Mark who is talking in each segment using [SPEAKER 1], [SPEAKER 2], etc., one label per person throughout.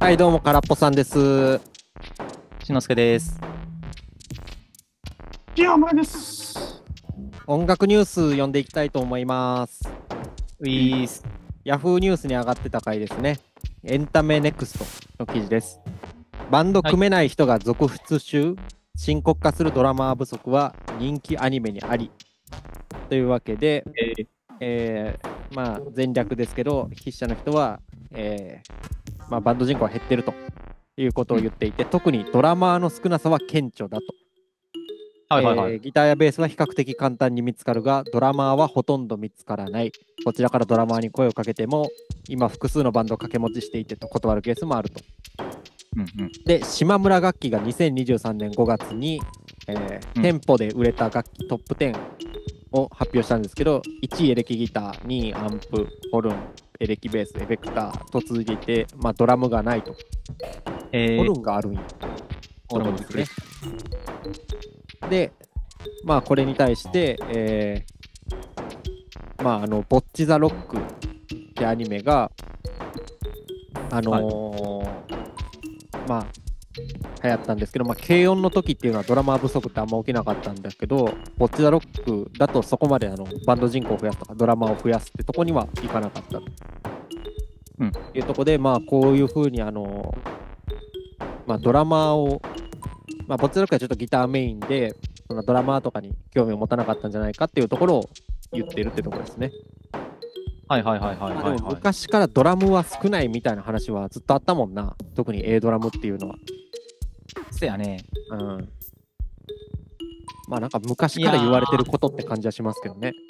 [SPEAKER 1] はい、どうも、からっぽさんです。
[SPEAKER 2] しのすけです。
[SPEAKER 3] 山村です。
[SPEAKER 1] 音楽ニュース読んでいきたいと思います。
[SPEAKER 2] ウィース。
[SPEAKER 1] ヤフーニュースに上がってた回ですね。エンタメネクストの記事です。バンド組めない人が続出中、深刻化するドラマー不足は人気アニメにあり。というわけで、まあ前略ですけど、筆者の人は、まあ、バンド人口は減ってるということを言っていて、特にドラマーの少なさは顕著だと。
[SPEAKER 2] はいはいはい。
[SPEAKER 1] ギターやベースは比較的簡単に見つかるが、ドラマーはほとんど見つからない。こちらからドラマーに声をかけても、今複数のバンドを掛け持ちしていてと断るケースもあると。で、島村楽器が2023年5月に、店舗で売れた楽器トップ10を発表したんですけど、1位エレキギター、2位アンプ、ホルン、エレキベース、エフェクターと続いていて、まあ、ドラムがないと。ホルンがあるんや。
[SPEAKER 2] ホルンですね。
[SPEAKER 1] で、まあこれに対して、まあボッチ・ザ・ロックってアニメが、まあ流行ったんですけど、まあ軽音の時っていうのはドラマー不足ってあんま起きなかったんだけど、ボッチ・ザ・ロックだとそこまでバンド人口を増やすとかドラマーを増やすってとこにはいかなかったと、いうとこで、まあこういうふうにまあドラマーを、まあボッチ・ザ・ロックはちょっとギターメインで、そのドラマーとかに興味を持たなかったんじゃないかっていうところを言ってるってところですね。
[SPEAKER 2] はいはいはいはいはい、はい。
[SPEAKER 1] でも昔からドラムは少ないみたいな話はずっとあったもんな。特に A ドラムっていうのは。
[SPEAKER 2] せやね。
[SPEAKER 1] うん。まあなんか昔から言われてることって感じはしますけどね。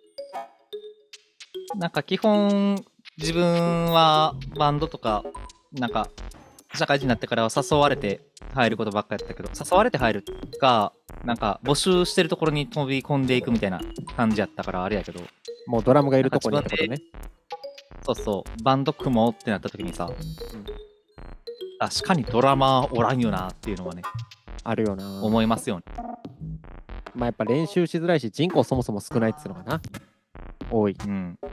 [SPEAKER 2] なんか基本、自分はバンドとか、なんか、社会人になってからは誘われて入ることばっかやったけど、誘われて入るか、なんか募集してるところに飛び込んでいくみたいな感じやったからあれやけど、
[SPEAKER 1] もうドラムがいるとこにってことね。
[SPEAKER 2] そうそう、バンド組もうってなった時にさ、確かにドラマーおらんよなっていうのはね、
[SPEAKER 1] あるよな。
[SPEAKER 2] 思いますよね。
[SPEAKER 1] まあやっぱ練習しづらいし、人口そもそも少ないっていうのかな。多い。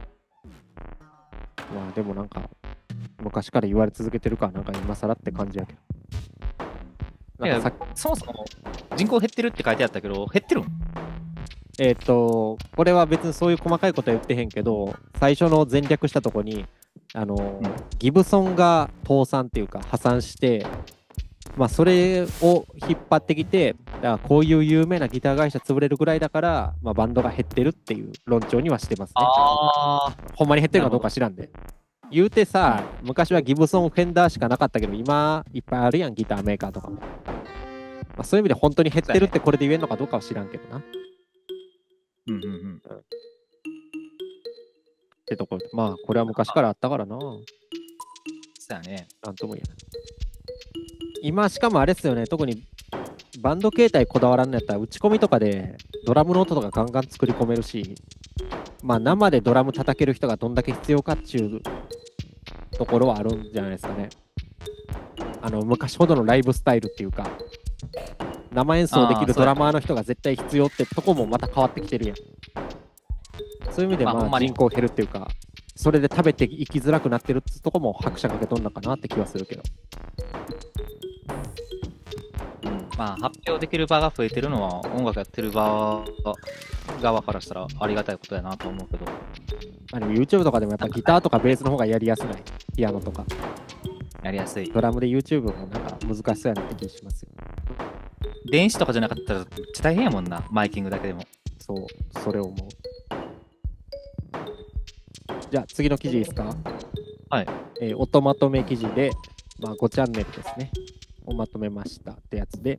[SPEAKER 1] まあでもなんか、昔から言われ続けてるから、なんか今更って感じやけど。
[SPEAKER 2] いや、そもそも人口減ってるって書いてあったけど、減ってるん？
[SPEAKER 1] これは別にそういう細かいことは言ってへんけど、最初の前略したとこに、ギブソンが倒産っていうか破産して、まあそれを引っ張ってきて、だからこういう有名なギター会社潰れるぐらいだから、まあ、バンドが減ってるっていう論調にはしてますね。ほんまに減ってるかどうか知らんで。言うてさ、昔はギブソン、フェンダーしかなかったけど、今いっぱいあるやん、ギターメーカーとかも。まあ、そういう意味で本当に減ってるってこれで言えるのかどうかは知らんけどな。ってところ。まあ、これは昔からあったからな。
[SPEAKER 2] そうやね。
[SPEAKER 1] なんとも言えない。今、しかもあれっすよね、特にバンド形態こだわらんのやったら、打ち込みとかでドラムの音とかガンガン作り込めるし、まあ、生でドラム叩ける人がどんだけ必要かっていうところはあるんじゃないですかね。昔ほどのライブスタイルっていうか、生演奏できるドラマーの人が絶対必要ってとこもまた変わってきてるやん。そういう意味でまあ人口減るっていうか、それで食べていきづらくなってるってとこも拍車かけとんのかなって気はするけど。
[SPEAKER 2] まあ発表できる場が増えてるのは音楽やってる側からしたらありがたいことやなと思うけど。
[SPEAKER 1] まあでも YouTube とかでもやっぱギターとかベースの方がやりやすない。ピアノとか。
[SPEAKER 2] やりやすい。
[SPEAKER 1] ドラムで YouTube もなんか難しそうやなって気しますよ。
[SPEAKER 2] 電子とかじゃなかったらめっちゃ大変やもんな、マイキングだけでも。
[SPEAKER 1] そう、それを思う。じゃあ次の記事いいですか？
[SPEAKER 2] はい。
[SPEAKER 1] 音まとめ記事で、まあ、5チャンネルですね。をまとめましたってやつで、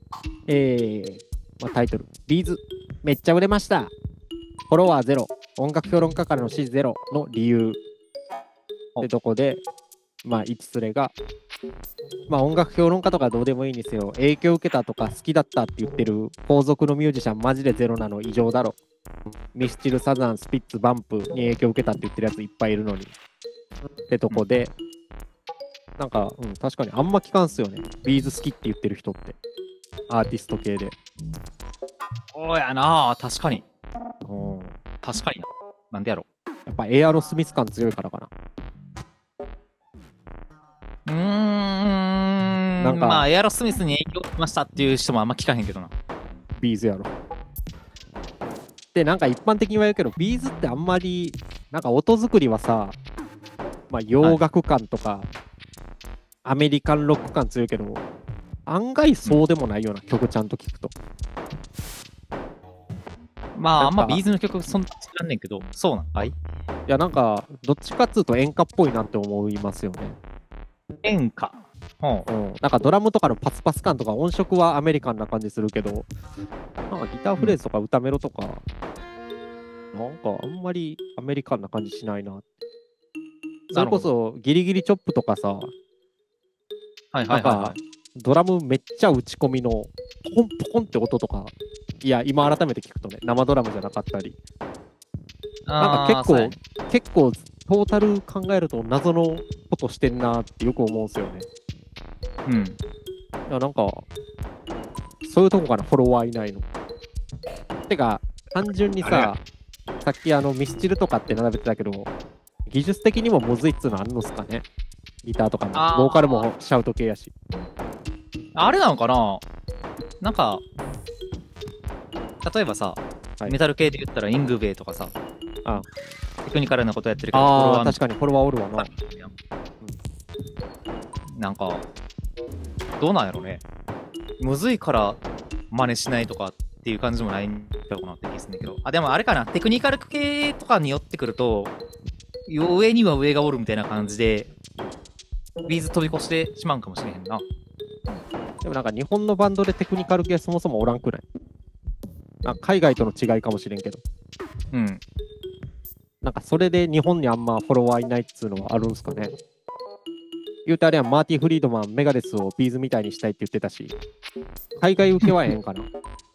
[SPEAKER 1] まあ、タイトル、ビーズ、めっちゃ売れました。フォロワーゼロ、音楽評論家からの支持ゼロの理由。ってとこで、まあ、一スレが、まあ、音楽評論家とかどうでもいいんですよ。影響を受けたとか好きだったって言ってる後続のミュージシャンマジでゼロなの異常だろ。ミスチル、サザン、スピッツ、バンプに影響を受けたって言ってるやついっぱいいるのに。ってとこで、なんか、確かにあんま聞かんすよね。ビーズ好きって言ってる人って。アーティスト系で。
[SPEAKER 2] そうやな、確かに。
[SPEAKER 1] うん。
[SPEAKER 2] 確かにな。なんでやろ。
[SPEAKER 1] やっぱエアロスミス感強いからかな。 なんか
[SPEAKER 2] まあエアロスミスに影響しましたっていう人もあんま聞かへんけどな。
[SPEAKER 1] ビーズやろ。で、なんか一般的に言われるけど、ビーズってあんまり、なんか音作りはさ、まあ洋楽感とか、アメリカンロック感強いけど、案外そうでもないような曲ちゃんと聞くと。
[SPEAKER 2] まああんま
[SPEAKER 1] なんか
[SPEAKER 2] ビーズの曲そんな知らんねんけど、そうなんかい？
[SPEAKER 1] いや、なんか、どっちかっつうと演歌っぽいなって思いますよね。
[SPEAKER 2] 演歌。ほう。
[SPEAKER 1] なんかドラムとかのパスパス感とか音色はアメリカンな感じするけど、なんかギターフレーズとか歌メロとか、なんかあんまりアメリカンな感じしないなって。それこそギリギリチョップとかさ、
[SPEAKER 2] はいはい
[SPEAKER 1] なんか
[SPEAKER 2] はいはい。
[SPEAKER 1] ドラムめっちゃ打ち込みのポコンポコンって音とか、いや、今改めて聞くとね、生ドラムじゃなかったり、なんか
[SPEAKER 2] そうやね
[SPEAKER 1] 結構トータル考えると謎のことしてんなってよく思うんですよね。
[SPEAKER 2] うん。
[SPEAKER 1] いや、なんか、そういうとこかな、フォロワーいないの。てか、単純にさ、さっきミスチルとかって並べてたけど、技術的にもむずいっつうのあんのっすかね。ギターとかも、
[SPEAKER 2] あー
[SPEAKER 1] ボーカルもシャウト系やし。
[SPEAKER 2] あれなのかな、なんか、例えばさ、
[SPEAKER 1] はい
[SPEAKER 2] メタル系で言ったらイングベイとかさ、
[SPEAKER 1] あ
[SPEAKER 2] テクニカルなことやってるけど、
[SPEAKER 1] あー、確かにフォロワーおるわな。
[SPEAKER 2] なんか、どうなんやろね。むずいから真似しないとかっていう感じでもないんだろうなって気がするんだけど。あ、でもあれかな、テクニカル系とかによってくると、上には上がおるみたいな感じで、ビーズ飛び越してしまうんかもしれへんな。
[SPEAKER 1] でもなんか日本のバンドでテクニカル系そもそもおらんくない？なんか海外との違いかもしれんけど。
[SPEAKER 2] うん。
[SPEAKER 1] なんかそれで日本にあんまフォロワーいないっつうのはあるんすかね。言うてあれやん、マーティ・フリードマン、メガデスをビーズみたいにしたいって言ってたし、海外受けはええんかな。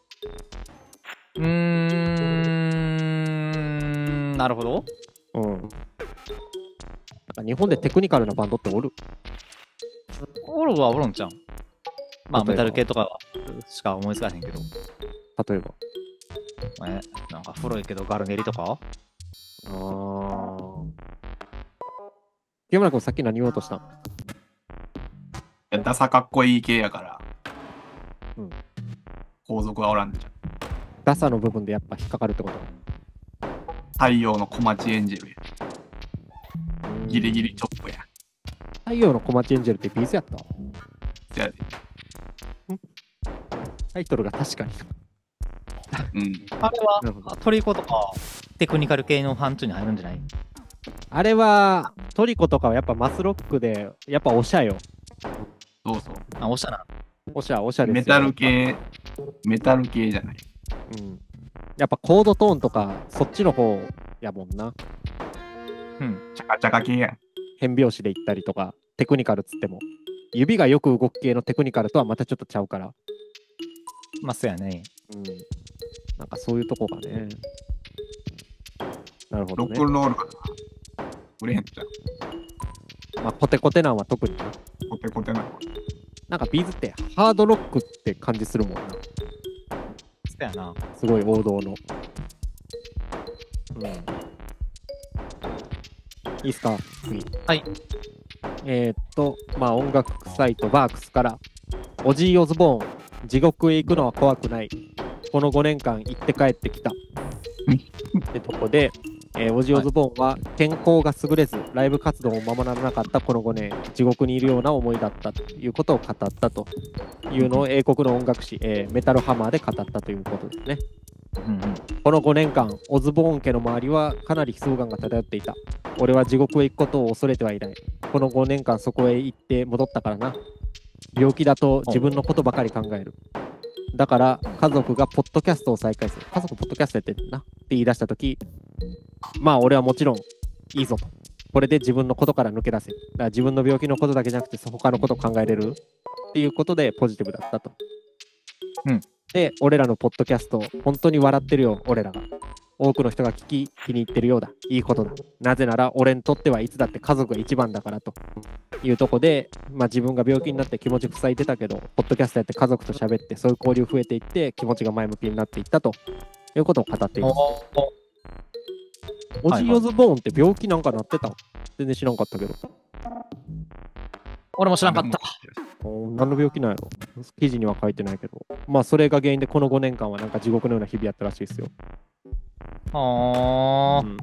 [SPEAKER 2] なるほど。
[SPEAKER 1] なんか日本でテクニカルなバンドっておる？
[SPEAKER 2] おるはおるんちゃう。まあ、
[SPEAKER 1] 例えば
[SPEAKER 2] メタル系とかしか思いつかへんけど。
[SPEAKER 1] 例えば。
[SPEAKER 2] なんか古いけどガルネリとか。
[SPEAKER 1] 清村君さっき何言おうとしたん？
[SPEAKER 4] いやダサかっこいい系やから、
[SPEAKER 1] うん
[SPEAKER 4] 皇族はおらんでじゃん。
[SPEAKER 1] ダサの部分でやっぱ引っかかるってこと？
[SPEAKER 4] 太陽の小町エンジェルや。ギリギリチョップや。
[SPEAKER 1] 太陽の小町エンジェルってビーズやった？
[SPEAKER 4] じゃあ、
[SPEAKER 1] タイトルが確かに。
[SPEAKER 2] あれ
[SPEAKER 1] なるほど
[SPEAKER 2] はトリコとかテクニカル系の範疇に入るんじゃない？
[SPEAKER 1] あれはトリコとかはやっぱマスロックで、やっぱオシャよ。
[SPEAKER 4] そうそう。
[SPEAKER 2] あ、おしゃな。
[SPEAKER 1] オシャですよ。
[SPEAKER 4] メタル系じゃない。
[SPEAKER 1] うん。やっぱコードトーンとかそっちの方やもんな。
[SPEAKER 2] うん。
[SPEAKER 4] チャカチャカ系やん。
[SPEAKER 1] 変拍子でいったりとか、テクニカルっつっても。指がよく動く系のテクニカルとはまたちょっとちゃうから。
[SPEAKER 2] まあ、そうやね。
[SPEAKER 1] うん。なんかそういうとこがね。なるほどね
[SPEAKER 4] ロック。ンロールかな。売れへんじゃん。
[SPEAKER 1] まあコテコテなんは特にな。
[SPEAKER 4] コテコテなの。
[SPEAKER 1] なんかビーズってハードロックって感じするもんな。
[SPEAKER 2] そうやな。
[SPEAKER 1] すごい王道の。うん。いいっすか次。
[SPEAKER 2] はい。
[SPEAKER 1] まあ音楽サイトバークスからオジー・オズボーン、地獄へ行くのは怖くない。この5年間行って帰ってきた。ってとこで、オジー・オズボーンは健康が優れず、ライブ活動もままならなかったこの5年、地獄にいるような思いだったということを語ったというのを英国の音楽誌、メタルハマーで語ったということですね。
[SPEAKER 2] うんうん。
[SPEAKER 1] この5年間、オズボーン家の周りはかなり悲壮感が漂っていた。俺は地獄へ行くことを恐れてはいない。この5年間そこへ行って戻ったからな。病気だと自分のことばかり考える。だから家族がポッドキャストを再開する。家族ポッドキャストやってんなって言い出したとき、まあ俺はもちろんいいぞと。これで自分のことから抜け出せ。だから自分の病気のことだけじゃなくて他のことを考えれるっていうことでポジティブだったと。
[SPEAKER 2] うん
[SPEAKER 1] で、俺らのポッドキャスト、本当に笑ってるよ、俺らが。多くの人が聞き、気に入ってるようだ。いいことだ。なぜなら、俺にとってはいつだって家族が一番だからというとこで、まあ自分が病気になって気持ち塞いでたけど、ポッドキャストやって家族と喋って、そういう交流増えていって、気持ちが前向きになっていったということを語っています。オジー・オズボーンって病気なんかなってた？全然知らんかったけど。
[SPEAKER 2] 俺も知らんかった。
[SPEAKER 1] 何の病気なんやろ。記事には書いてないけど。まあそれが原因でこの5年間はなんか地獄のような日々やったらしいですよ。
[SPEAKER 2] はあ、
[SPEAKER 1] うん、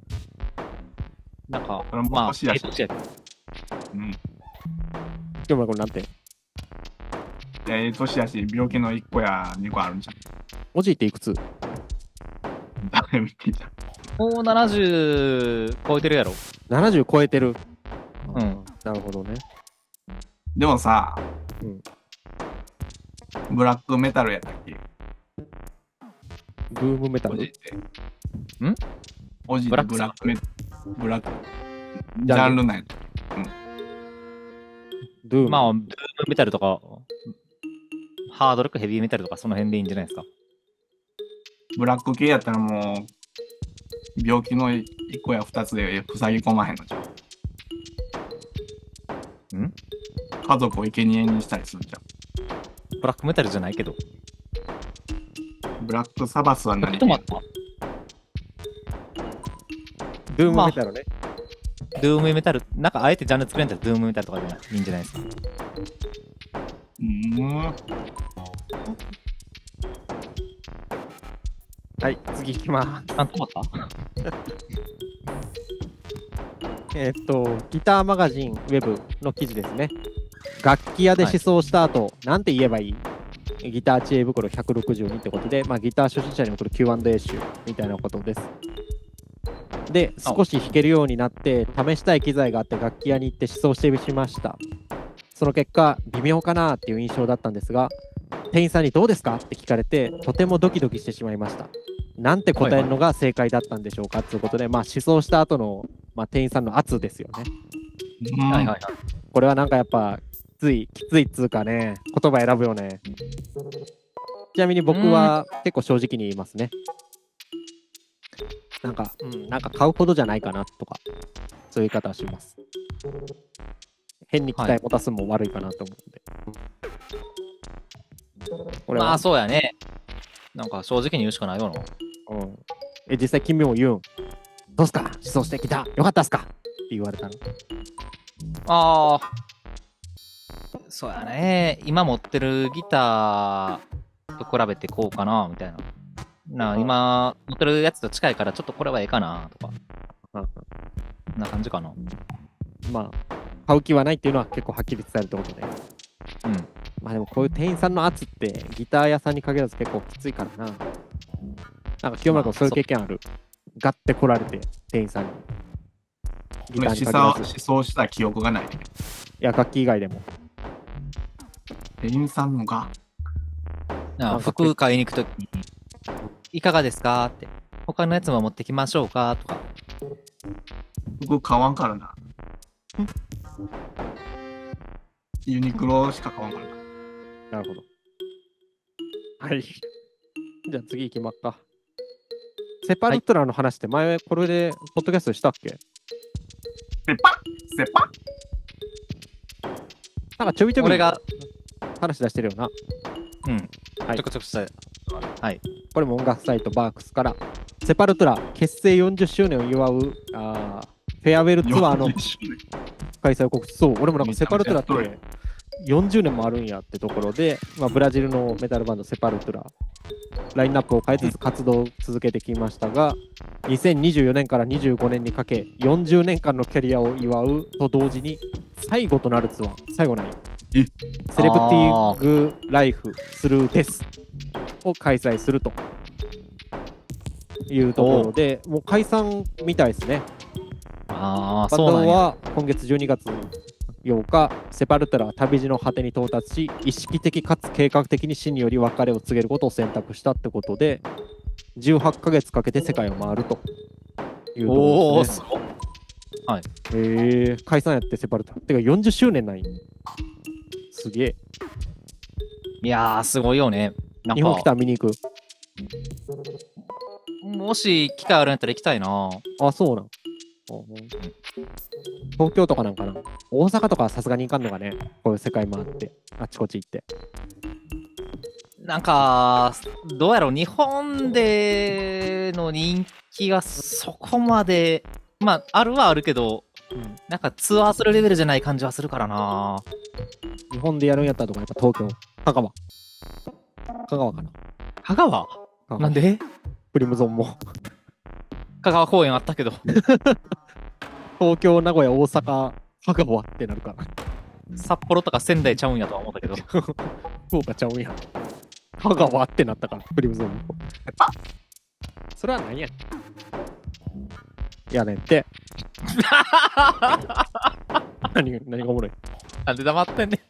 [SPEAKER 2] なんか
[SPEAKER 4] それも
[SPEAKER 2] まあ
[SPEAKER 4] 年やし
[SPEAKER 2] 年やけど
[SPEAKER 4] うん。
[SPEAKER 1] でもこれなんて、
[SPEAKER 4] 年やし、病気の1個や2個あるんじゃん。
[SPEAKER 1] おじいっていくつ？
[SPEAKER 4] 誰も聞いた。
[SPEAKER 2] もう70超えてるやろ。
[SPEAKER 1] 70超えてる。
[SPEAKER 2] うん
[SPEAKER 1] なるほどね。
[SPEAKER 4] でもさ、
[SPEAKER 1] うん
[SPEAKER 4] ブラックメタルやったっけ
[SPEAKER 1] ブームメタル。
[SPEAKER 4] おじって。
[SPEAKER 2] ん
[SPEAKER 4] おじってブラックメブラック。ジ
[SPEAKER 1] ジャンル
[SPEAKER 4] ャンルなんやった。
[SPEAKER 1] ドゥーム。
[SPEAKER 2] まあ、ドゥームメタルとか、ハードロック、ヘビーメタルとか、その辺でいいんじゃないですか。
[SPEAKER 4] ブラック系やったらもう、病気の1個や2つで塞ぎ込まへんのじゃん。
[SPEAKER 2] ん
[SPEAKER 4] 家族を生贄にしたりするじゃ
[SPEAKER 2] ブラックメタルじゃないけど。
[SPEAKER 4] ん。ブラックサバスは何
[SPEAKER 2] 止まった
[SPEAKER 1] ドゥームメタルね。
[SPEAKER 2] ドゥームメタル、なんかあえてジャンル作れんだったらドゥームメタルとかでいいんじゃないですか。
[SPEAKER 1] はい、次行きます。
[SPEAKER 2] あ、止まった
[SPEAKER 1] ギターマガジンウェブの記事ですね。楽器屋で思想した後、なんて言えばいい？ギター知恵袋162ってことで、まあ、ギター初心者に送る Q&A 集みたいなことです。で、少し弾けるようになって、試したい機材があって楽器屋に行って思想してしました。その結果、微妙かなっていう印象だったんですが、店員さんにどうですかって聞かれて、とてもドキドキしてしまいました。なんて答えるのが正解だったんでしょうかということで、まあ、思想した後の、まあ、店員さんの圧ですよね。
[SPEAKER 2] はいはいはい。
[SPEAKER 1] これはなんかやっぱきついっつうかね、言葉選ぶよね。ちなみに僕は結構正直に言いますね。なんか買うほどじゃないかなとか、そういう言い方はします。変に期待持たすのも悪いかなと思うんで。これは、
[SPEAKER 2] まあそうやね。なんか正直に言うしかないよな。
[SPEAKER 1] 実際君も言うん。どうすか思想してきたよかったっすかって言われたの。
[SPEAKER 2] ああ、そうやね。今持ってるギターと比べてこうかな、みたいな。今持ってるやつと近いからちょっとこれはええかな、とか。な感じかな。
[SPEAKER 1] まあ、買う気はないっていうのは結構はっきり伝えるってことで。
[SPEAKER 2] うん。
[SPEAKER 1] まあでもこういう店員さんの圧ってギター屋さんに限らず結構きついからな。なんか清村君そういう経験ある？ガッて来られて店員さんに。ギターに限らず。
[SPEAKER 4] 思想した記憶がない。
[SPEAKER 1] いや、楽器以外でも。
[SPEAKER 4] 店員さんのが、
[SPEAKER 2] 服買いに行くときに、いかがですかって。他のやつも持ってきましょうかとか。
[SPEAKER 4] 服買わんからな。ユニクロしか買わんからな。
[SPEAKER 1] なるほど。はい。じゃあ次行きますか。セパルトラの話って前これでポッドキャストしたっけ？
[SPEAKER 4] セパセパ
[SPEAKER 1] なんかちょびちょび
[SPEAKER 2] 俺が、
[SPEAKER 1] 話出してるよな。はい
[SPEAKER 2] ちょこちょこした。はい。
[SPEAKER 1] これも音楽サイトバークスからセパルトラ結成40周年を祝うフェアウェルツアーの
[SPEAKER 4] 40周年
[SPEAKER 1] 開催を告知。そう、俺もなんかセパルトラっ
[SPEAKER 4] めちゃめちゃ
[SPEAKER 1] て40年もあるんやってところで、まあ、ブラジルのメタルバンドセパルトラ、ラインナップを変えつつ活動を続けてきましたが、2024年から25年にかけ、40年間のキャリアを祝うと同時に、最後となるツアー、最後ない
[SPEAKER 4] え
[SPEAKER 1] セレブティグライフスルーテスを開催するというところで、もう解散みたいですね。
[SPEAKER 2] ああ、
[SPEAKER 1] バン
[SPEAKER 2] そうなんや。
[SPEAKER 1] ドは今月12月8日、セパルトラは旅路の果てに到達し、意識的かつ計画的に死により別れを告げることを選択したってことで、18ヶ月かけて世界を回るというとこ
[SPEAKER 2] おお、
[SPEAKER 1] ろですね。
[SPEAKER 2] すごい。
[SPEAKER 1] 解散やってセパルトラ。てか40周年なんや。すげえ。
[SPEAKER 2] いやー、すごいよね。なん
[SPEAKER 1] 日本来
[SPEAKER 2] か、
[SPEAKER 1] たら見に行く。
[SPEAKER 2] もし機会あるんやったら行きたいな。
[SPEAKER 1] あ、そうなん。東京とかなんかな。大阪とかはさすがに行かんのがね、こういう世界回って、あっちこっち行って。
[SPEAKER 2] なんか、どうやろう、日本での人気がそこまで、まあ、あるはあるけど、
[SPEAKER 1] うん
[SPEAKER 2] なんかツアーするレベルじゃない感じはするからな。
[SPEAKER 1] 日本でやるんやったらとか、やっぱ東京、香川。香川かな。
[SPEAKER 2] 香川
[SPEAKER 1] 香川
[SPEAKER 2] なんで
[SPEAKER 1] クリムゾンも。
[SPEAKER 2] 香川公園あったけど。
[SPEAKER 1] 東京、名古屋、大阪、香川ってなるから。
[SPEAKER 2] 札幌とか仙台ちゃうんやとは思ったけど。
[SPEAKER 1] 福岡ちゃうんや。香川ってなったから、クリムゾンも。それは何やねん。やねんって。何がおもろい。
[SPEAKER 2] なんで黙ってんねん。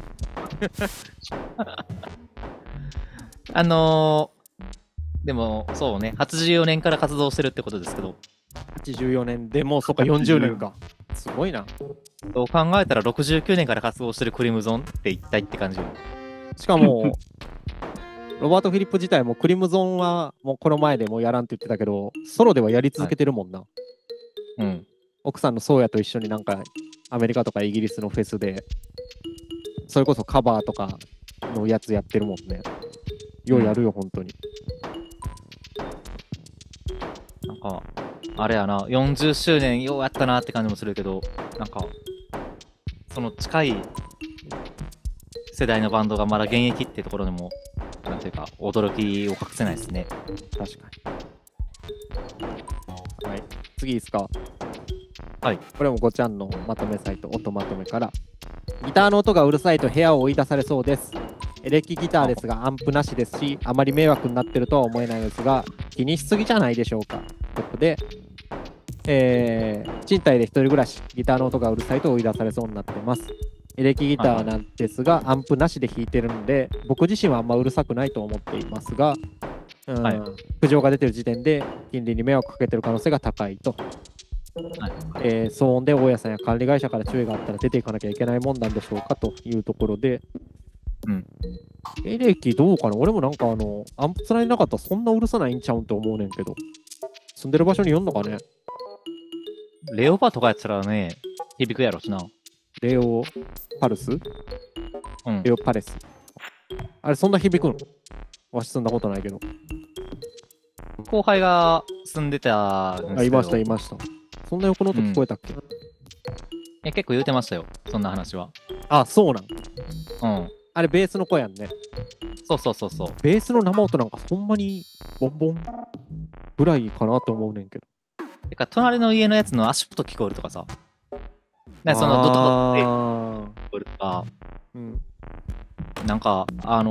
[SPEAKER 2] でも、そうね、84年から活動してるってことですけど、
[SPEAKER 1] 84年でもうそっか40年か。すごいな。
[SPEAKER 2] そう考えたら69年から活動してるクリムゾンって一体って感じよ。
[SPEAKER 1] しかも、ロバート・フィリップ自体もクリムゾンはもうこの前でもうやらんって言ってたけど、ソロではやり続けてるもんな。
[SPEAKER 2] うん。
[SPEAKER 1] 奥さんのソーヤと一緒になんかアメリカとかイギリスのフェスで、それこそカバーとかのやつやってるもんね。ようやるよ、本当に。
[SPEAKER 2] なんか、あれやな、40周年ようやったなって感じもするけど、なんか、その近い世代のバンドがまだ現役ってところでも、なんていうか、驚きを隠せないですね。
[SPEAKER 1] 確かに。はい。次いいですか。
[SPEAKER 2] はい。
[SPEAKER 1] これもごちゃんのまとめサイト、音まとめから。ギターの音がうるさいと部屋を追い出されそうです。エレキギターですがアンプなしですし、あまり迷惑になってるとは思えないですが、気にしすぎじゃないでしょうか。ということで、賃貸で一人暮らし、ギターの音がうるさいと追い出されそうになってます。エレキギターなんですが、アンプなしで弾いてるので、僕自身はあんまうるさくないと思っていますが、
[SPEAKER 2] はい、
[SPEAKER 1] 苦情が出てる時点で近隣に迷惑かけてる可能性が高いと。
[SPEAKER 2] はい
[SPEAKER 1] 騒音で大家さんや管理会社から注意があったら出ていかなきゃいけないもんなんでしょうかというところで、
[SPEAKER 2] うん、
[SPEAKER 1] エレキどうかな。俺もなんかアンプつないでなかったらそんなうるさないんちゃうんって思うねんけど、住んでる場所によんのかね。
[SPEAKER 2] レオパとかやったらね、響くやろしな。
[SPEAKER 1] レオパルス、
[SPEAKER 2] うん
[SPEAKER 1] レオパレス。あれそんな響くの？わし住んだことないけど。
[SPEAKER 2] 後輩が住んでたんですけど、
[SPEAKER 1] あ、いました、いました。そんな横の音聞こえたっけ？
[SPEAKER 2] 結構言うてましたよ、そんな話は。
[SPEAKER 1] あ、そうなん。
[SPEAKER 2] うん。
[SPEAKER 1] あれベースの声やんね。
[SPEAKER 2] そうそうそうそう。
[SPEAKER 1] ベースの生音なんかそんなにボンボンぐらいかなと思うねんけど。
[SPEAKER 2] てか、隣の家のやつの足音聞こえるとかさ。なんかそのドトドトって聞こえるとか、
[SPEAKER 1] うん。
[SPEAKER 2] なんか、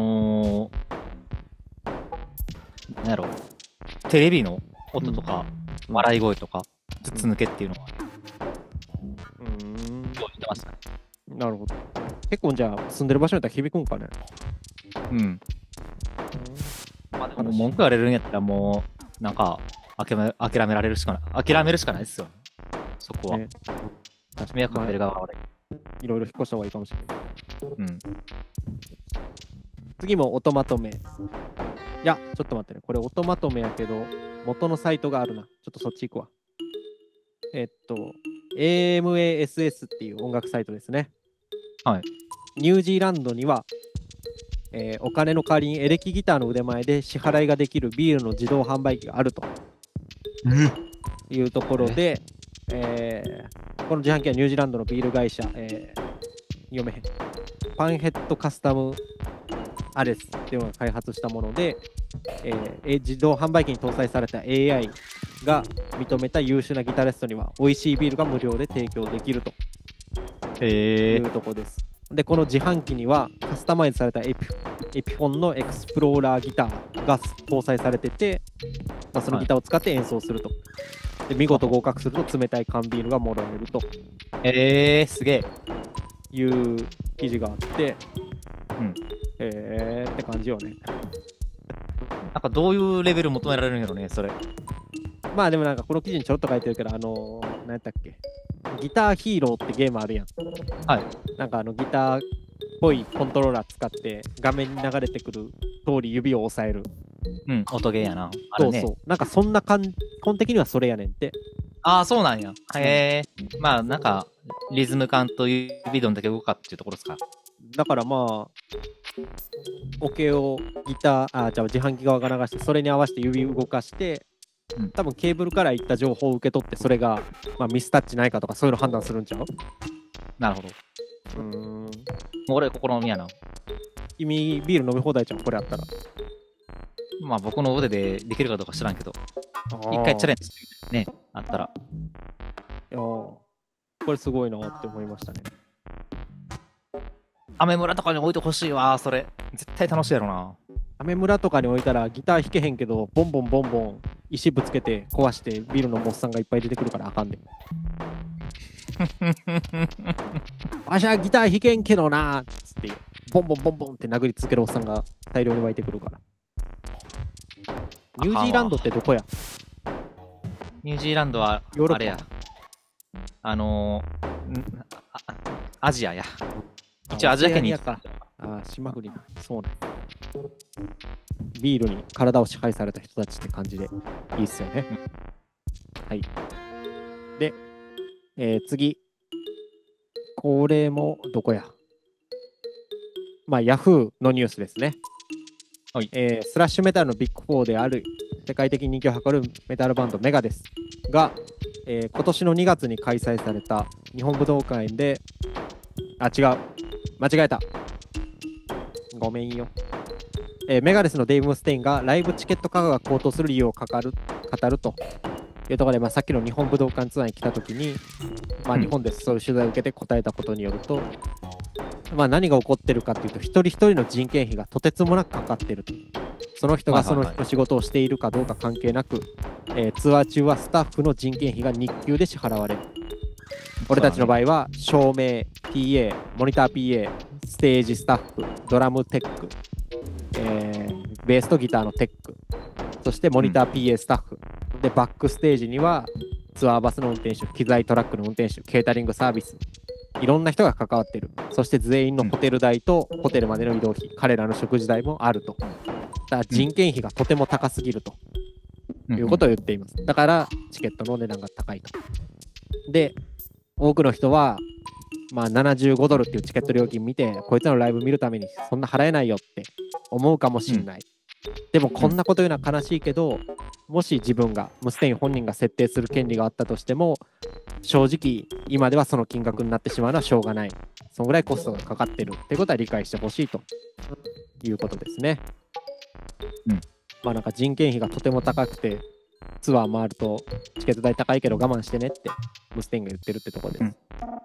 [SPEAKER 2] なんやろ、テレビの音とか、笑い声とか、筒抜けっていうのは、言ってましたね。
[SPEAKER 1] なるほど。結構じゃあ住んでる場所にやったら響くんかね。
[SPEAKER 2] うん。まあでも文句言われるんやったらもう、なんか、諦められるしかない。諦めるしかないですよ。そこは。
[SPEAKER 1] ね確か
[SPEAKER 2] 迷惑かける側が悪い。
[SPEAKER 1] いろいろ引っ越した方がいいかもしれない。
[SPEAKER 2] うん。
[SPEAKER 1] 次も音まとめ。いや、ちょっと待ってね。これ音まとめやけど、元のサイトがあるな。ちょっとそっち行くわ。AMASS っていう音楽サイトですね。
[SPEAKER 2] はい。
[SPEAKER 1] ニュージーランドには、お金の代わりにエレキギターの腕前で支払いができるビールの自動販売機があるというところで、この自販機はニュージーランドのビール会社、読めへん。パンヘッドカスタムアレスっていうのが開発したもので、自動販売機に搭載された AI が認めた優秀なギタリストには美味しいビールが無料で提供できるというところです。で、この自販機にはカスタマイズされたエピフォンのエクスプローラーギターが搭載されてて、まあ、そのギターを使って演奏すると。で、見事合格すると冷たい缶ビールがもらえると
[SPEAKER 2] すげえ。
[SPEAKER 1] いう記事があって、
[SPEAKER 2] うん。
[SPEAKER 1] って感じよね。
[SPEAKER 2] なんかどういうレベル求められるんやろね、それ。
[SPEAKER 1] まあでもなんかこの記事にちょろっと書いてるけど、何やったっけ、ギターヒーローってゲームあるやん。
[SPEAKER 2] はい。
[SPEAKER 1] なんかギターっぽいコントローラー使って画面に流れてくる通り指を押さえる。
[SPEAKER 2] うん、音ゲーやな。あるね。
[SPEAKER 1] そうそう。なんかそんな基本的にはそれやねんって。
[SPEAKER 2] ああ、そうなんや。へえ。まあ、なんか、リズム感と指どんだけ動くかっていうところですか。
[SPEAKER 1] だからまあ、オケをギター、じゃあ自販機側が流して、それに合わせて指動かして、 多分ケーブルから行った情報を受け取って、それが、まあ、ミスタッチないかとかそういうの判断するんちゃう？
[SPEAKER 2] なるほど。
[SPEAKER 1] もう
[SPEAKER 2] 俺、心みやな。
[SPEAKER 1] 君ビール飲み放題じゃん、これあったら。
[SPEAKER 2] まあ、僕の腕でできるかどうか知らんけど、一回チャレンジしてみてね、あったら。
[SPEAKER 1] いやーこれすごいなって思いましたね。
[SPEAKER 2] アメ村とかに置いてほしいわ、それ。絶対楽しいやろな。
[SPEAKER 1] アメ村とかに置いたらギター弾けへんけど、ボンボンボンボン石ぶつけて壊してビールのモッさんがいっぱい出てくるからあかんで。わしはギター弾けんけどなーっつってボンボンボンボンって殴り続けるおっさんが大量に湧いてくるから。ニュージーランドってどこや？
[SPEAKER 2] ニュージーランドは
[SPEAKER 1] ヨーロッパ
[SPEAKER 2] あれや。アジアや。一応アジア圏に。
[SPEAKER 1] か。ああ、島国な。そうね。ビールに体を支配された人たちって感じでいいっすよね。はい。で、次。これもどこや？まあ、ヤフーのニュースですね。
[SPEAKER 2] はい
[SPEAKER 1] スラッシュメタルのビッグ4である世界的人気を誇るメタルバンドメガデスが、今年の2月に開催された日本武道館で、あ、違う。間違えた。ごめんよ。メガデスのデイブ・ムステインがライブチケット価格が高騰する理由を語るというところで、まあ、さっきの日本武道館ツアーに来たときに、まあ、日本でそういう取材を受けて答えたことによると、まあ、何が起こってるかというと、一人一人の人件費がとてつもなくかかっていると。その人がその人の仕事をしているかどうか関係なく、ツアー中はスタッフの人件費が日給で支払われる。俺たちの場合は照明、PA、モニター PA、ステージスタッフ、ドラムテック、ベースとギターのテック、そしてモニター PA スタッフ、でバックステージにはツアーバスの運転手、機材トラックの運転手、ケータリングサービス、いろんな人が関わっている。そして全員のホテル代とホテルまでの移動費、彼らの食事代もあると。だから人件費がとても高すぎるということを言っています。だからチケットの値段が高いと。で、多くの人は、まあ、75ドルっていうチケット料金見て、こいつらのライブ見るためにそんな払えないよって思うかもしれない。でもこんなこと言うのは悲しいけど、もし自分が、ムステイン本人が設定する権利があったとしても、正直今ではその金額になってしまうのはしょうがない。そのぐらいコストがかかってるってことは理解してほしいということですね。まあなんか人件費がとても高くて、ツアー回るとチケット代高いけど我慢してねってムステインが言ってるってところです。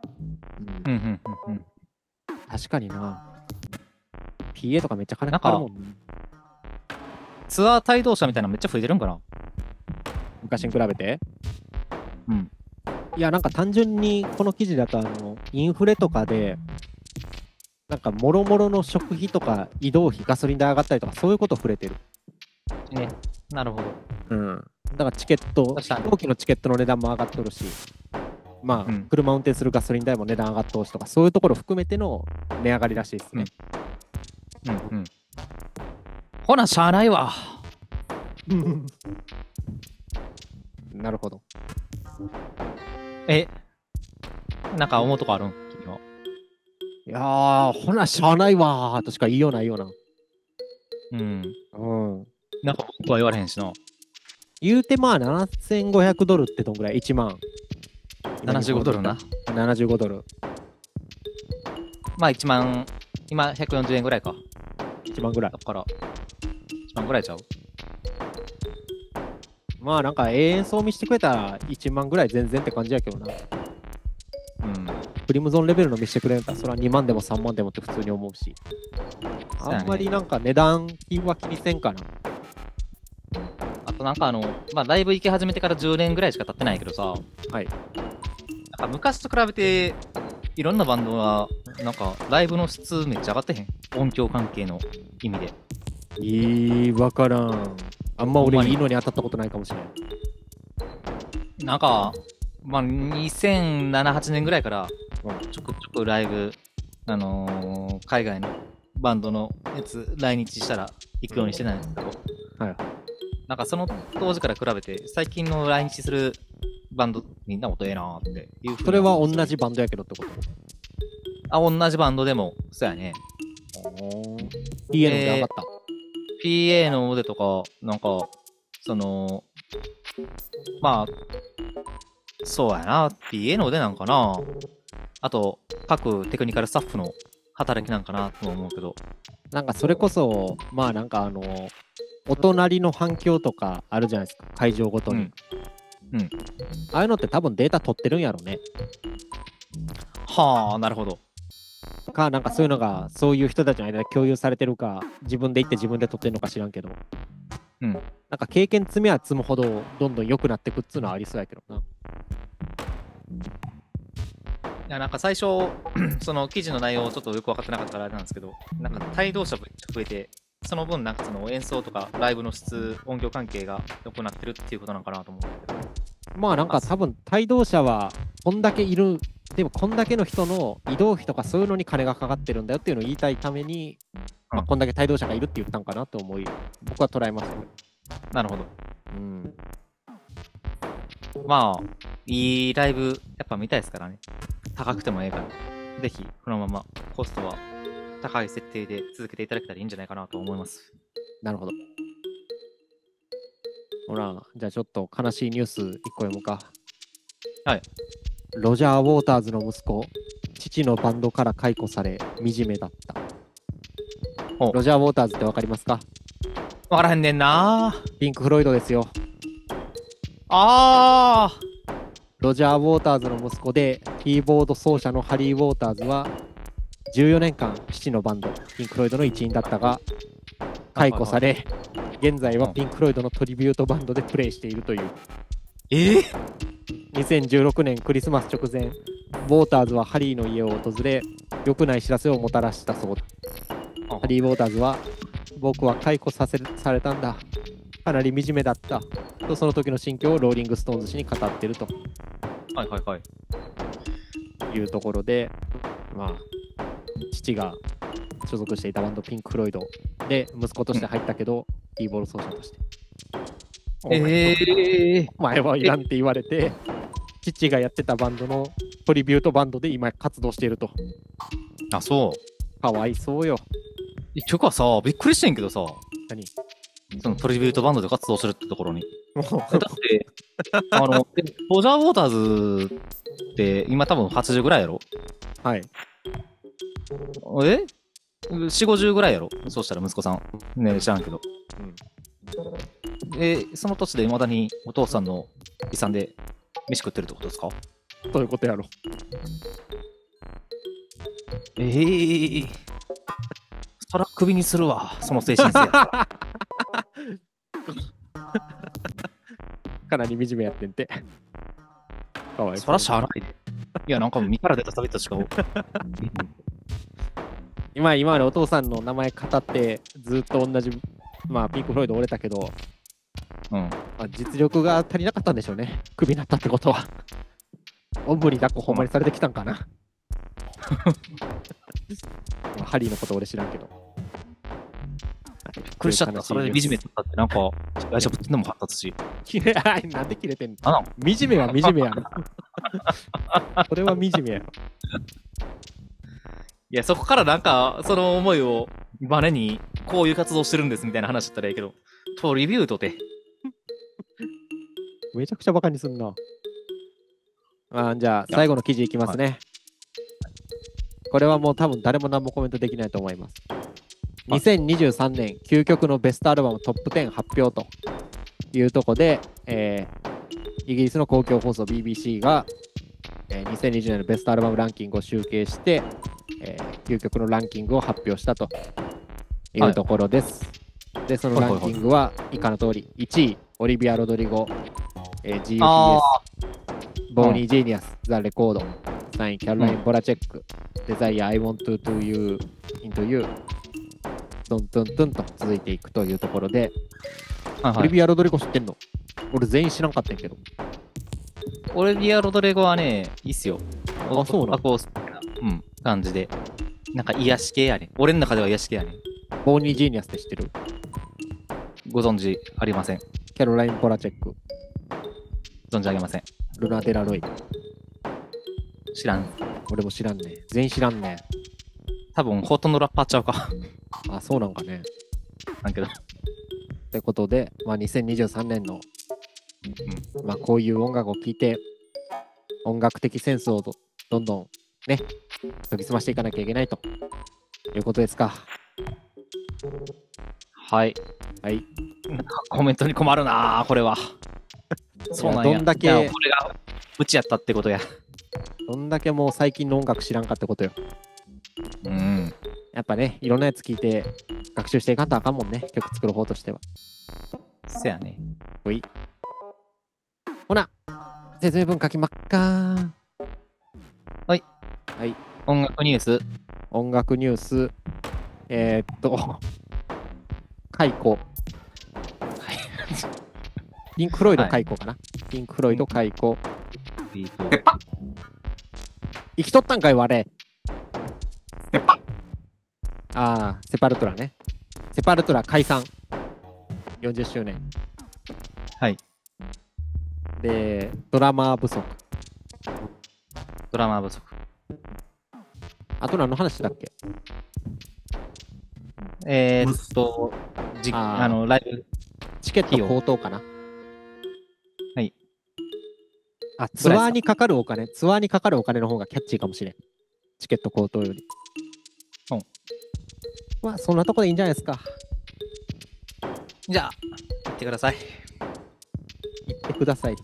[SPEAKER 1] 確かにな。PA とかめっちゃ金かかるもんね。
[SPEAKER 2] ツアー帯同者みたいなのめっちゃ増えてるんかな？
[SPEAKER 1] 昔に比べて？いや、なんか単純にこの記事だとインフレとかで、なんかもろもろの食費とか移動費、ガソリン代上がったりとかそういうこと触れてる。
[SPEAKER 2] ね、なるほど。
[SPEAKER 1] だからチケット、飛行機のチケットの値段も上がっとるし、まあ、車運転するガソリン代も値段上がっとるしとか、そういうところ含めての値上がりらしいですね。
[SPEAKER 2] ほな、しゃあないわ。
[SPEAKER 1] なるほど。
[SPEAKER 2] なんか思うとこあるん？君は。
[SPEAKER 1] いやー、ほな、しゃあないわーとしか言いようないよな。
[SPEAKER 2] なんか僕は言われへんしな。
[SPEAKER 1] 言うてまあ7500ドルってどんぐらい？ 1万。
[SPEAKER 2] 75ドルな。
[SPEAKER 1] 75ドル。
[SPEAKER 2] まあ1万、今140円ぐらいか。
[SPEAKER 1] 1万ぐらい。
[SPEAKER 2] だから、1万ぐらいちゃう？
[SPEAKER 1] まあなんか演奏見してくれたら1万ぐらい全然って感じやけどな。クリムゾンレベルの見してくれたらそれは2万でも3万でもって普通に思うし。あんまりなんか値段は気にせんかな。
[SPEAKER 2] あとなんかまあライブ行き始めてから10年ぐらいしか経ってないけどさ。
[SPEAKER 1] はい。
[SPEAKER 2] なんか昔と比べていろんなバンドはなんかライブの質めっちゃ上がってへん？音響関係の意味で。
[SPEAKER 1] わからん。あんま俺いいのに当たったことないかもしれない。
[SPEAKER 2] なんか、まあ、2007、8年ぐらいからちょくちょくライブ、海外のバンドのやつ来日したら行くようにしてないんですけど、なんかその当時から比べて最近の来日するバンドみんな音ええなーっていう。
[SPEAKER 1] それは同じバンドやけどってこと？
[SPEAKER 2] 同じバンドでもそうやね。
[SPEAKER 1] PA の腕上がった。
[SPEAKER 2] PA の腕とか、なんか、 まあ、そうやな。PA の腕なんかな。あと、各テクニカルスタッフの働きなんかなとも思うけど。
[SPEAKER 1] なんかそれこそ、まあなんかお隣の反響とかあるじゃないですか、会場ごとに。
[SPEAKER 2] うん。
[SPEAKER 1] ああいうのって多分データ取ってるんやろね。
[SPEAKER 2] はあ、なるほど。
[SPEAKER 1] か、なんかそういうのが、そういう人たちの間で共有されてるか、自分で行って自分で取ってるのか知らんけど。
[SPEAKER 2] うん。
[SPEAKER 1] なんか経験積めば積むほど、どんどん良くなってくっつうのはありそうやけどな。
[SPEAKER 2] いや、なんか最初、その記事の内容をちょっとよく分かってなかったからあれなんですけど、なんか帯同者めっちゃ増えて、その分なんかその演奏とかライブの質、音響関係が良くなってるっていうことなのかなと思うんだけど。
[SPEAKER 1] まあなんか多分、帯同者はこんだけいる、でもこんだけの人の移動費とかそういうのに金がかかってるんだよっていうのを言いたいために、まあ、こんだけ帯同者がいるって言ったんかなと思い、僕は捉えます。
[SPEAKER 2] なるほど。
[SPEAKER 1] うん。
[SPEAKER 2] まあ、いいライブ、やっぱ見たいですからね。高くてもええから。ぜひ、このままコストは高い設定で続けていただけたらいいんじゃないかなと思います。
[SPEAKER 1] なるほど。ほら、じゃあちょっと悲しいニュース1個読むか。
[SPEAKER 2] はい。
[SPEAKER 1] ロジャー・ウォーターズの息子、父のバンドから解雇され、惨めだった。
[SPEAKER 2] お
[SPEAKER 1] ロジャー・ウォーターズってわかりますか？
[SPEAKER 2] わからへんねんな
[SPEAKER 1] ピンク・フロイドですよ。
[SPEAKER 2] あ
[SPEAKER 1] ロジャー・ウォーターズの息子で、キーボード奏者のハリー・ウォーターズは、14年間、父のバンド、ピンク・フロイドの一員だったが、解雇され、現在はピンク・フロイドのトリビュートバンドでプレイしているという。2016年クリスマス直前、ウォーターズはハリーの家を訪れ、良くない知らせをもたらしたそうだ。ハリー・ウォーターズは、僕は解雇されたんだ。かなり惨めだった。とその時の心境をローリング・ストーンズ氏に語っていると
[SPEAKER 2] はいはいはい。
[SPEAKER 1] いうところで、まあ、父が所属していたバンドピンク・フロイドで息子として入ったけど、キーボード奏者として。お前はいらんって言われて、父がやってたバンドのトリビュートバンドで今活動していると。
[SPEAKER 2] あ、そう。
[SPEAKER 1] かわいそうよ。
[SPEAKER 2] てかさ、びっくりしてんけどさ、
[SPEAKER 1] 何
[SPEAKER 2] そのトリビュートバンドで活動するってところに。
[SPEAKER 1] も
[SPEAKER 2] だって、ロジャー・ウォーターズって今多分80ぐらいやろ？
[SPEAKER 1] う、はい。
[SPEAKER 2] 4、50ぐらいやろ？そうしたら息子さん。ねえ、知らんけど。その年で未だにお父さんの遺産で飯食ってるってことですか？
[SPEAKER 1] どういうことやろ。
[SPEAKER 2] そら首にするわ、その精神性。
[SPEAKER 1] かなり惨めやってんて。かわいそう。
[SPEAKER 2] そらしゃあないで。いや、なんか身から出たサビとしか。
[SPEAKER 1] 今までお父さんの名前語ってずっと同じ、まあ、ピンク・フロイド折れたけど、
[SPEAKER 2] うん。
[SPEAKER 1] まあ、実力が足りなかったんでしょうね。クビになったってことは。おんぶに抱っこほんまにされてきたんかな。まあハリーのこと俺知らんけど。
[SPEAKER 2] びっくりしちゃった。それで惨めだったって、なんか、会社ぶってんのも腹立つし。
[SPEAKER 1] なんで切れてんの？
[SPEAKER 2] あの、
[SPEAKER 1] 惨めは惨めやろ。それは惨めやろ。
[SPEAKER 2] いや、そこからなんか、その思いをバネに、こういう活動してるんですみたいな話だったらいいけど、トリビュートって。
[SPEAKER 1] めちゃくちゃバカにすんな。じゃあ、最後の記事いきますね。これはもう多分誰も何もコメントできないと思います。2023年究極のベストアルバムトップ10発表というとこで、イギリスの公共放送 BBC が、2020年のベストアルバムランキングを集計して、究極のランキングを発表したというところです。で、そのランキングは以下の通り、1位、オリビア・ロドリゴ、GUTS、ボーニー・ジーニアス、ザ・レコード、3位、キャロライン・ボラチェック、デザイア・I Want to You Into You、トントントンと続いていくというところで、オリビア・ロドリゴ知ってんの？俺全員知らんかったんやけど。
[SPEAKER 2] オリビア・ロドレゴはね、いいっすよ。
[SPEAKER 1] あ、そうなの？
[SPEAKER 2] 感じで。なんか癒し系やね。俺の中では癒し系やね。
[SPEAKER 1] ボーニー・ジーニアスって知ってる？
[SPEAKER 2] ご存知ありません。
[SPEAKER 1] キャロライン・ボラチェック、
[SPEAKER 2] 存じ上げません。
[SPEAKER 1] ルナ・デラ・ロイ。
[SPEAKER 2] 知らん。
[SPEAKER 1] 俺も知らんね。全員知らんね。
[SPEAKER 2] 多分、ほとんどラッパーちゃうか。
[SPEAKER 1] あ、そうなんかね。
[SPEAKER 2] なんけど。
[SPEAKER 1] ということで、まあ、2023年のまあこういう音楽を聴いて音楽的センスをどんどんね研ぎ澄ましていかなきゃいけないということですか。
[SPEAKER 2] はい。
[SPEAKER 1] はい。
[SPEAKER 2] なんかコメントに困るなあこれは。そうなんや。
[SPEAKER 1] どんだけ
[SPEAKER 2] じゃあこれがうちやったってことや。
[SPEAKER 1] どんだけもう最近の音楽知らんかってことよ。
[SPEAKER 2] うん。
[SPEAKER 1] やっぱねいろんなやつ聞いて学習していかんとあかんもんね、曲作る方としては。
[SPEAKER 2] せやね。
[SPEAKER 1] ほな説明文書きまっか。
[SPEAKER 2] 音楽ニュース。
[SPEAKER 1] 音楽ニュース解雇ピンク・フロイド解雇かな、ピンク・フロイド解雇。
[SPEAKER 4] 鉄板
[SPEAKER 1] 生きとったんかいわれ。
[SPEAKER 4] 鉄板
[SPEAKER 1] ああセパルトラね。セパルトラ解散40周年
[SPEAKER 2] はい。
[SPEAKER 1] でドラマー不足。
[SPEAKER 2] ドラマー不足。
[SPEAKER 1] あと何の話だっけ。
[SPEAKER 2] えー、
[SPEAKER 4] む
[SPEAKER 2] っと、
[SPEAKER 1] あー
[SPEAKER 2] ライブ。
[SPEAKER 1] チケット高騰かな。
[SPEAKER 2] はい。
[SPEAKER 1] あ、ツアーにかかるお金の方がキャッチーかもしれん。チケット高騰より。
[SPEAKER 2] うん。
[SPEAKER 1] まあ、そんなとこでいいんじゃないですか。
[SPEAKER 2] じゃあ、行ってください。
[SPEAKER 1] 言ってください。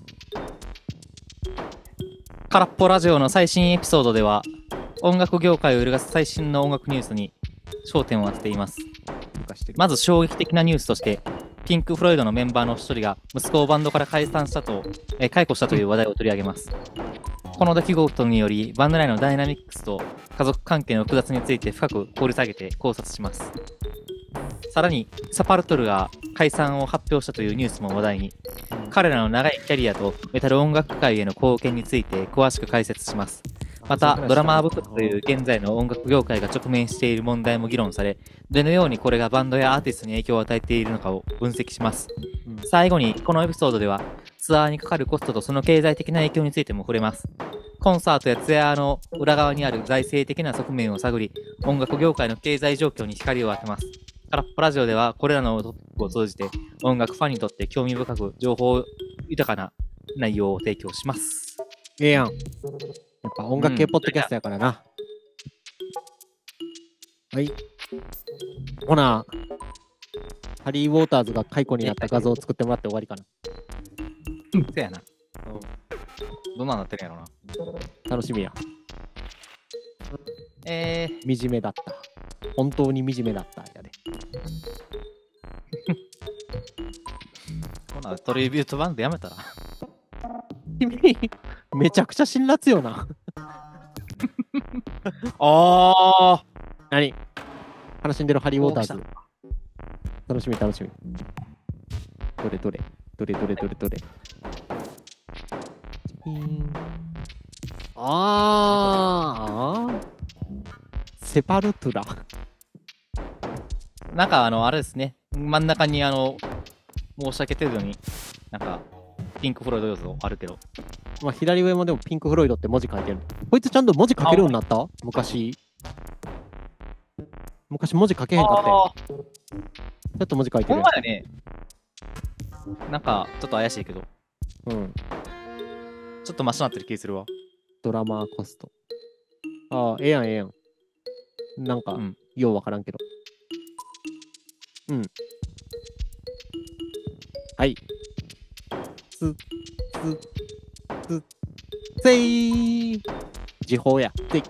[SPEAKER 2] 空っぽラジオの最新エピソードでは、音楽業界を揺るがす最新の音楽ニュースに焦点を当てています。まず衝撃的なニュースとして、ピンク・フロイドのメンバーの一人が息子をバンドから解雇したという話題を取り上げます。この出来事により、バンド内のダイナミックスと家族関係の複雑について深く掘り下げて考察します。さらに、サパルトルが解散を発表したというニュースも話題に、彼らの長いキャリアとメタル音楽界への貢献について詳しく解説します。また、ドラマー不足という現在の音楽業界が直面している問題も議論され、どのようにこれがバンドやアーティストに影響を与えているのかを分析します。最後に、このエピソードでは、ツアーにかかるコストとその経済的な影響についても触れます。コンサートやツアーの裏側にある財政的な側面を探り、音楽業界の経済状況に光を当てます。空っぽラジオでは、これらのトピックを通じて、音楽ファンにとって興味深く、情報豊かな内容を提供します。
[SPEAKER 1] ええやん。やっぱ音楽系ポッドキャストやからな。はい。ほな、ハリー・ウォーターズが解雇になった画像を作ってもらって終わりかな。
[SPEAKER 2] せやな。どんなんなってるんやろな。
[SPEAKER 1] 楽しみや。惨めだった。本当に惨めだったやで。
[SPEAKER 2] ほな、トリビュートバンドやめたら。
[SPEAKER 1] 君、めちゃくちゃ辛辣よな。
[SPEAKER 2] あ
[SPEAKER 1] 何悲しんでるハリー・ウォーターズ。楽しみ楽しみ。どれどれどれどれどれどれ。セパルトゥラ。
[SPEAKER 2] なんかあれですね。真ん中に申し訳程度に、なんか、ピンク・フロイド要素あるけど。
[SPEAKER 1] まあ、左上もでもピンク・フロイドって文字書いてる。こいつちゃんと文字書けるようになった昔文字書けへんかったよ。ちょっと文字書いてる
[SPEAKER 2] ほんまやね。なんか、ちょっと怪しいけど。
[SPEAKER 1] うん。
[SPEAKER 2] ちょっとマシになってる気するわ。
[SPEAKER 1] ドラマーコスト。ああ、ええやんええやん。なんか、ようわからんけど。うん。はい。せい時報や。せい。